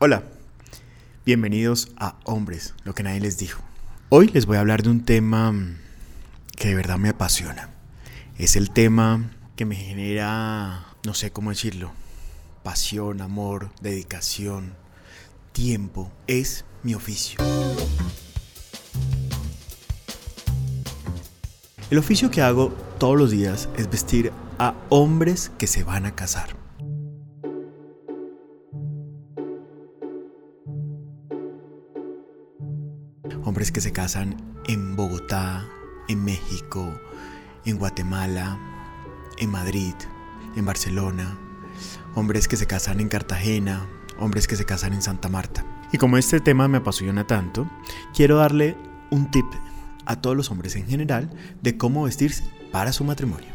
Hola, bienvenidos a Hombres, lo que nadie les dijo. Hoy les voy a hablar de un tema que de verdad me apasiona. Es el tema que me genera, no sé cómo decirlo, pasión, amor, dedicación, tiempo. Es mi oficio. El oficio que hago todos los días es vestir a hombres que se van a casar. Hombres que se casan en Bogotá, en México, en Guatemala, en Madrid, en Barcelona. Hombres que se casan en Cartagena, hombres que se casan en Santa Marta. Y como este tema me apasiona tanto, quiero darle un tip a todos los hombres en general de cómo vestirse para su matrimonio.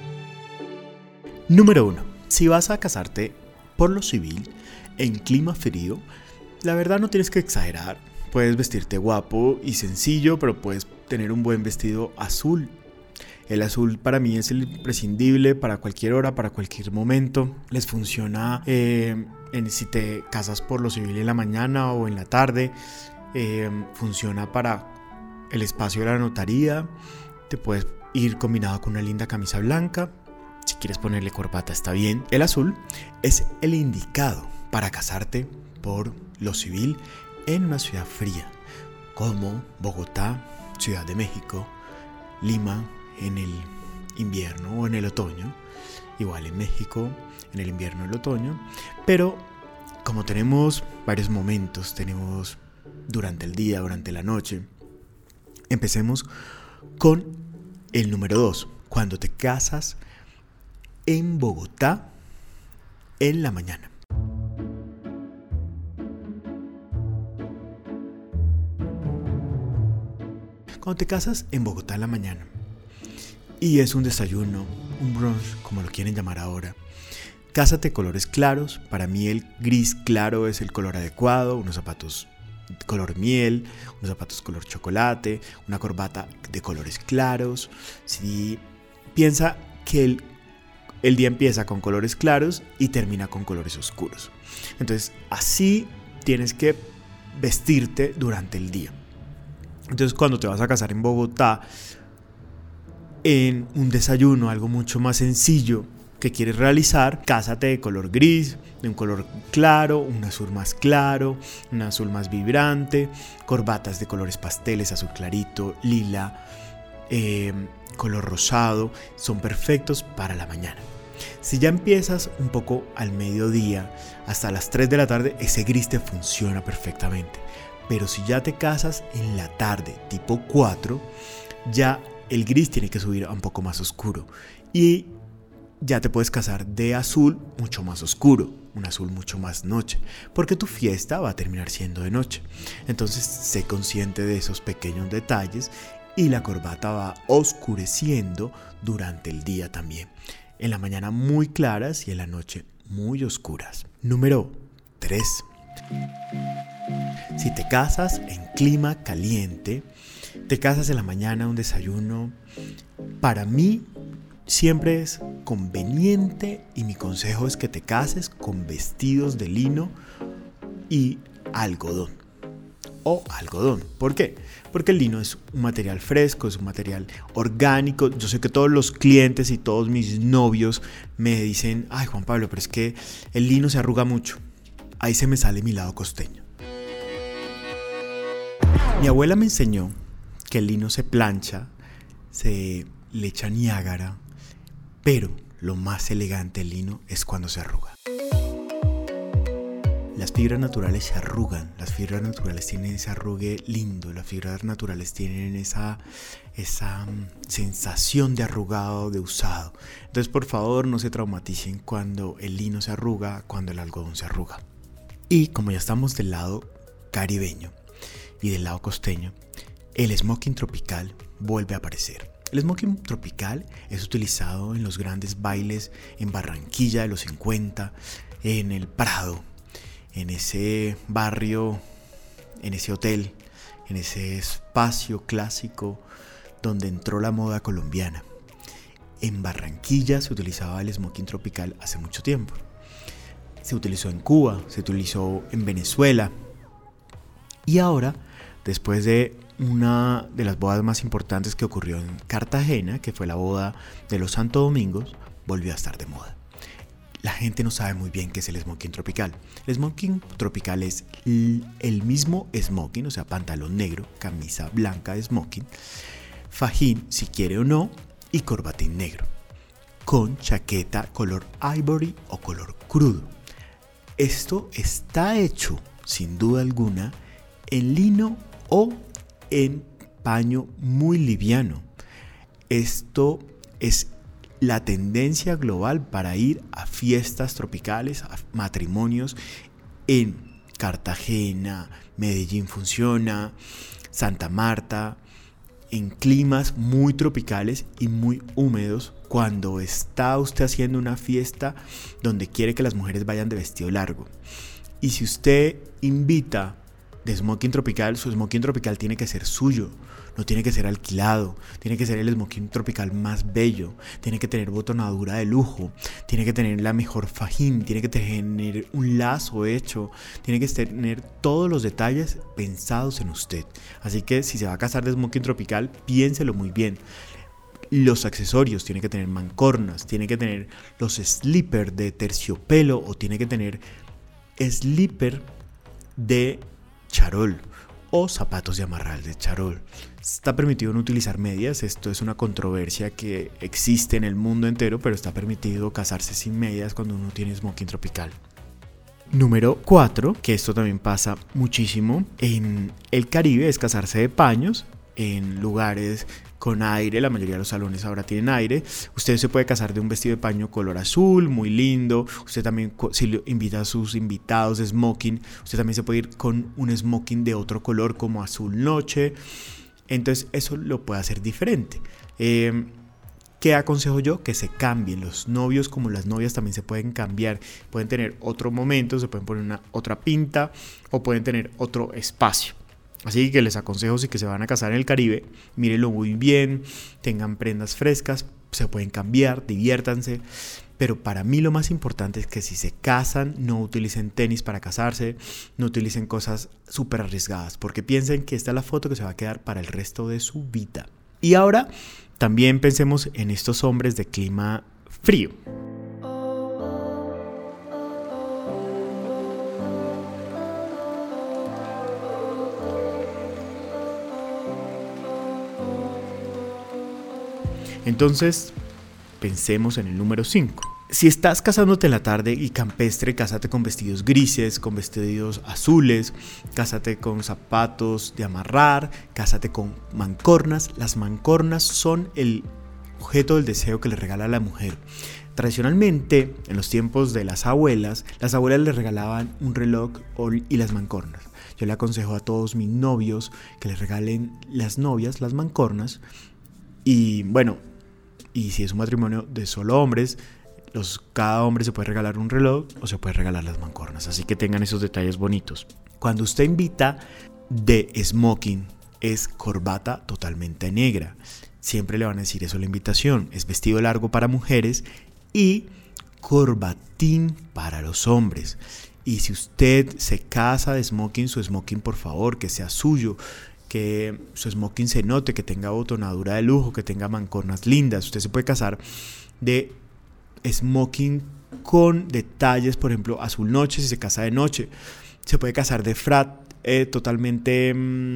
Número 1. Si vas a casarte por lo civil, en clima frío, la verdad no tienes que exagerar. Puedes vestirte guapo y sencillo, pero puedes tener un buen vestido azul. El azul para mí es el imprescindible para cualquier hora, para cualquier momento. Les funciona si te casas por lo civil en la mañana o en la tarde. Funciona para el espacio de la notaría. Te puedes ir combinado con una linda camisa blanca. Si quieres ponerle corbata está bien. El azul es el indicado para casarte por lo civil en una ciudad fría como Bogotá, Ciudad de México, Lima en el invierno o en el otoño, igual en México en el invierno o el otoño, pero como tenemos varios momentos, tenemos durante el día, durante la noche, empecemos con el número 2, cuando te casas en Bogotá en la mañana. Cuando te casas en Bogotá en la mañana y es un desayuno, un brunch, como lo quieren llamar ahora, cásate colores claros. Para mí el gris claro es el color adecuado, unos zapatos color miel, unos zapatos color chocolate, una corbata de colores claros. Si piensa que el día empieza con colores claros y termina con colores oscuros. Entonces así tienes que vestirte durante el día. Entonces cuando te vas a casar en Bogotá, en un desayuno, algo mucho más sencillo que quieres realizar, cásate de color gris, de un color claro, un azul más claro, un azul más vibrante, corbatas de colores pasteles, azul clarito, lila, color rosado, son perfectos para la mañana. Si ya empiezas un poco al mediodía, hasta las 3 de la tarde, ese gris te funciona perfectamente. Pero si ya te casas en la tarde, tipo 4, ya el gris tiene que subir a un poco más oscuro. Y ya te puedes casar de azul mucho más oscuro, un azul mucho más noche, porque tu fiesta va a terminar siendo de noche. Entonces, sé consciente de esos pequeños detalles y la corbata va oscureciendo durante el día también. En la mañana muy claras y en la noche muy oscuras. Número 3. Si te casas en clima caliente, te casas en la mañana, un desayuno, para mí siempre es conveniente y mi consejo es que te cases con vestidos de lino y algodón. O algodón. ¿Por qué? Porque el lino es un material fresco, es un material orgánico. Yo sé que todos los clientes y todos mis novios me dicen: ay, Juan Pablo, pero es que el lino se arruga mucho. Ahí se me sale mi lado costeño. Mi abuela me enseñó que el lino se plancha, se le echa Niágara, pero lo más elegante del lino es cuando se arruga. Las fibras naturales se arrugan, las fibras naturales tienen ese arrugue lindo, las fibras naturales tienen esa sensación de arrugado, de usado. Entonces, por favor, no se traumaticen cuando el lino se arruga, cuando el algodón se arruga. Y como ya estamos del lado caribeño y del lado costeño, el smoking tropical vuelve a aparecer. El smoking tropical es utilizado en los grandes bailes en Barranquilla de los 50, en el Prado, en ese barrio, en ese hotel, en ese espacio clásico donde entró la moda colombiana. En Barranquilla se utilizaba el smoking tropical hace mucho tiempo. se utilizó en Cuba, se utilizó en Venezuela. Y ahora, después de una de las bodas más importantes que ocurrió en Cartagena, que fue la boda de los Santo Domingos, volvió a estar de moda. La gente no sabe muy bien qué es el smoking tropical. El smoking tropical es el mismo smoking, o sea, pantalón negro, camisa blanca de smoking, fajín, si quiere o no, y corbatín negro, con chaqueta color ivory o color crudo. Esto está hecho, sin duda alguna, en lino o en paño muy liviano. Esto es la tendencia global para ir a fiestas tropicales, a matrimonios en Cartagena, Medellín funciona, Santa Marta, en climas muy tropicales y muy húmedos, cuando está usted haciendo una fiesta donde quiere que las mujeres vayan de vestido largo. Y si usted invita de smoking tropical, su smoking tropical tiene que ser suyo, no tiene que ser alquilado, tiene que ser el smoking tropical más bello, tiene que tener botonadura de lujo, tiene que tener la mejor fajín, tiene que tener un lazo hecho, tiene que tener todos los detalles pensados en usted. Así que si se va a casar de smoking tropical, piénselo muy bien. Los accesorios, tiene que tener mancornas, tiene que tener los slippers de terciopelo o tiene que tener slipper de charol o zapatos de amarrar de charol. Está permitido no utilizar medias, esto es una controversia que existe en el mundo entero, pero está permitido casarse sin medias cuando uno tiene smoking tropical. Número 4, que esto también pasa muchísimo en el Caribe, es casarse de paños en lugares con aire. La mayoría de los salones ahora tienen aire. Usted se puede casar de un vestido de paño color azul, muy lindo. Usted también, si invita a sus invitados de smoking, usted también se puede ir con un smoking de otro color como azul noche. Entonces eso lo puede hacer diferente. ¿Qué aconsejo yo? Que se cambien. Los novios como las novias también se pueden cambiar. Pueden tener otro momento, se pueden poner otra pinta o pueden tener otro espacio. Así que les aconsejo, si que se van a casar en el Caribe, mírenlo muy bien, tengan prendas frescas, se pueden cambiar, diviértanse. Pero para mí lo más importante es que si se casan, no utilicen tenis para casarse, no utilicen cosas súper arriesgadas, porque piensen que esta es la foto que se va a quedar para el resto de su vida. Y ahora también pensemos en estos hombres de clima frío. Entonces, pensemos en el número 5. Si estás casándote en la tarde y campestre, cásate con vestidos grises, con vestidos azules, cásate con zapatos de amarrar, cásate con mancornas. Las mancornas son el objeto del deseo que le regala a la mujer. Tradicionalmente, en los tiempos de las abuelas le regalaban un reloj y las mancornas. Yo le aconsejo a todos mis novios que les regalen las novias las mancornas. Y bueno, y si es un matrimonio de solo hombres, cada hombre se puede regalar un reloj o se puede regalar las mancornas. Así que tengan esos detalles bonitos. Cuando usted invita de smoking, es corbata totalmente negra. Siempre le van a decir eso en la invitación. Es vestido largo para mujeres y corbatín para los hombres. Y si usted se casa de smoking, su smoking, por favor, que sea suyo. Que su smoking se note, que tenga botonadura de lujo, que tenga mancornas lindas. Usted se puede casar de smoking con detalles, por ejemplo, azul noche si se casa de noche. Se puede casar de frac totalmente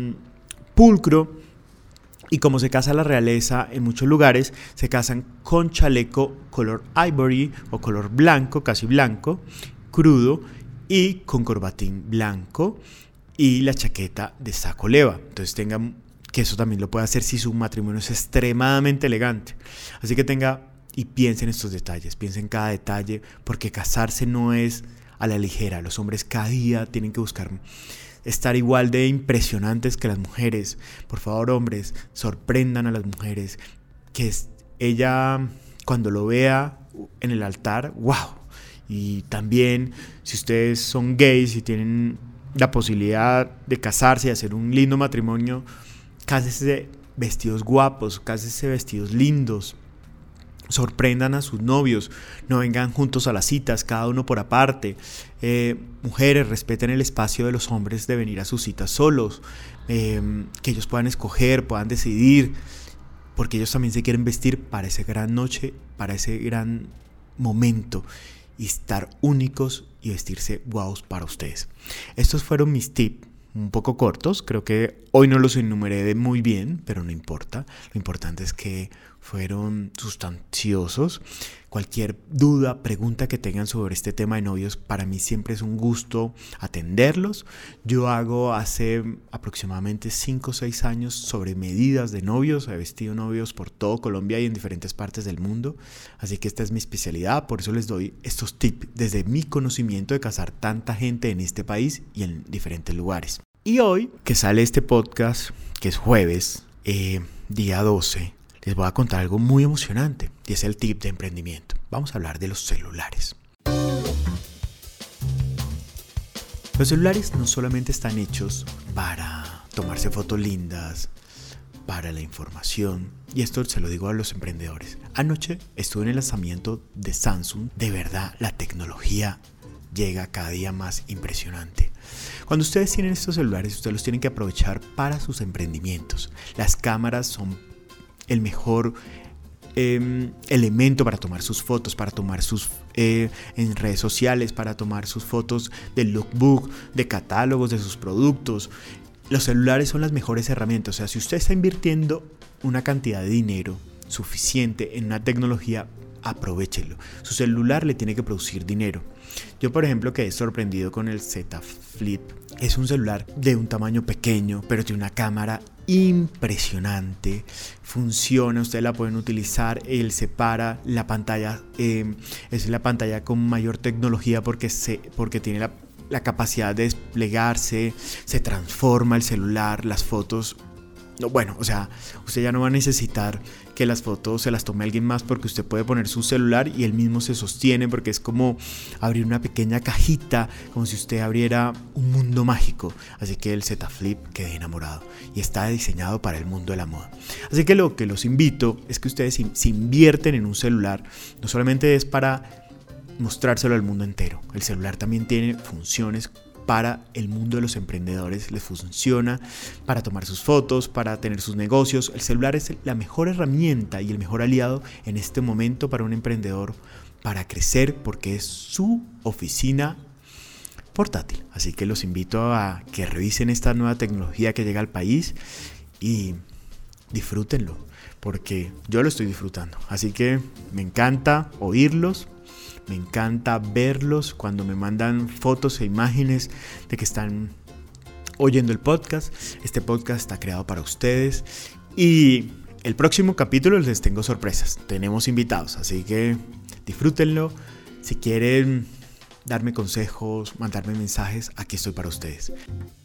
pulcro. Y como se casa la realeza en muchos lugares, se casan con chaleco color ivory o color blanco, casi blanco, crudo, y con corbatín blanco y la chaqueta de saco leva. Entonces tengan que eso también lo puede hacer si su matrimonio es extremadamente elegante. Así que tenga y piensen en estos detalles, piensen en cada detalle, porque casarse no es a la ligera. Los hombres cada día tienen que buscar estar igual de impresionantes que las mujeres. Por favor, hombres, sorprendan a las mujeres, que ella cuando lo vea en el altar, wow. Y también si ustedes son gays y tienen la posibilidad de casarse y hacer un lindo matrimonio, cásese vestidos guapos, cásese vestidos lindos. Sorprendan a sus novios, no vengan juntos a las citas, cada uno por aparte. Mujeres, respeten el espacio de los hombres de venir a sus citas solos, que ellos puedan escoger, puedan decidir, porque ellos también se quieren vestir para esa gran noche, para ese gran momento, y estar únicos y vestirse guaus para ustedes. Estos fueron mis tips, un poco cortos, creo que hoy no los enumeré muy bien, pero no importa. Lo importante es que fueron sustanciosos. Cualquier duda, pregunta que tengan sobre este tema de novios, para mí siempre es un gusto atenderlos. Yo hago hace aproximadamente 5 o 6 años sobre medidas de novios. He vestido novios por todo Colombia y en diferentes partes del mundo. Así que esta es mi especialidad, por eso les doy estos tips desde mi conocimiento de casar tanta gente en este país y en diferentes lugares. Y hoy, que sale este podcast, que es jueves, día 12, les voy a contar algo muy emocionante, y es el tip de emprendimiento. Vamos a hablar de los celulares. Los celulares no solamente están hechos para tomarse fotos lindas, para la información, y esto se lo digo a los emprendedores. Anoche estuve en el lanzamiento de Samsung. De verdad, la tecnología llega cada día más impresionante. Cuando ustedes tienen estos celulares, ustedes los tienen que aprovechar para sus emprendimientos. Las cámaras son el mejor elemento para tomar sus fotos, para tomar sus en redes sociales, para tomar sus fotos del lookbook, de catálogos de sus productos. Los celulares son las mejores herramientas. O sea, si usted está invirtiendo una cantidad de dinero suficiente en una tecnología, aprovéchelo. Su celular le tiene que producir dinero. Yo, por ejemplo, quedé sorprendido con el Z Flip. Es un celular de un tamaño pequeño, pero tiene una cámara impresionante. Funciona, ustedes la pueden utilizar. Él separa la pantalla, es la pantalla con mayor tecnología porque tiene la capacidad de desplegarse. Se transforma el celular, las fotos. No, bueno, o sea, usted ya no va a necesitar que las fotos se las tome alguien más, porque usted puede poner su celular y él mismo se sostiene, porque es como abrir una pequeña cajita, como si usted abriera un mundo mágico. Así que el Z Flip, quedé enamorado y está diseñado para el mundo de la moda. Así que lo que los invito es que ustedes si invierten en un celular, no solamente es para mostrárselo al mundo entero. El celular también tiene funciones para el mundo de los emprendedores. Les funciona para tomar sus fotos, para tener sus negocios. El celular es la mejor herramienta y el mejor aliado en este momento para un emprendedor, para crecer, porque es su oficina portátil. Así que los invito a que revisen esta nueva tecnología que llega al país y disfrútenlo, porque yo lo estoy disfrutando. Así que me encanta oírlos. Me encanta verlos cuando me mandan fotos e imágenes de que están oyendo el podcast. Este podcast está creado para ustedes. Y el próximo capítulo les tengo sorpresas. Tenemos invitados, así que disfrútenlo. Si quieren darme consejos, mandarme mensajes, aquí estoy para ustedes.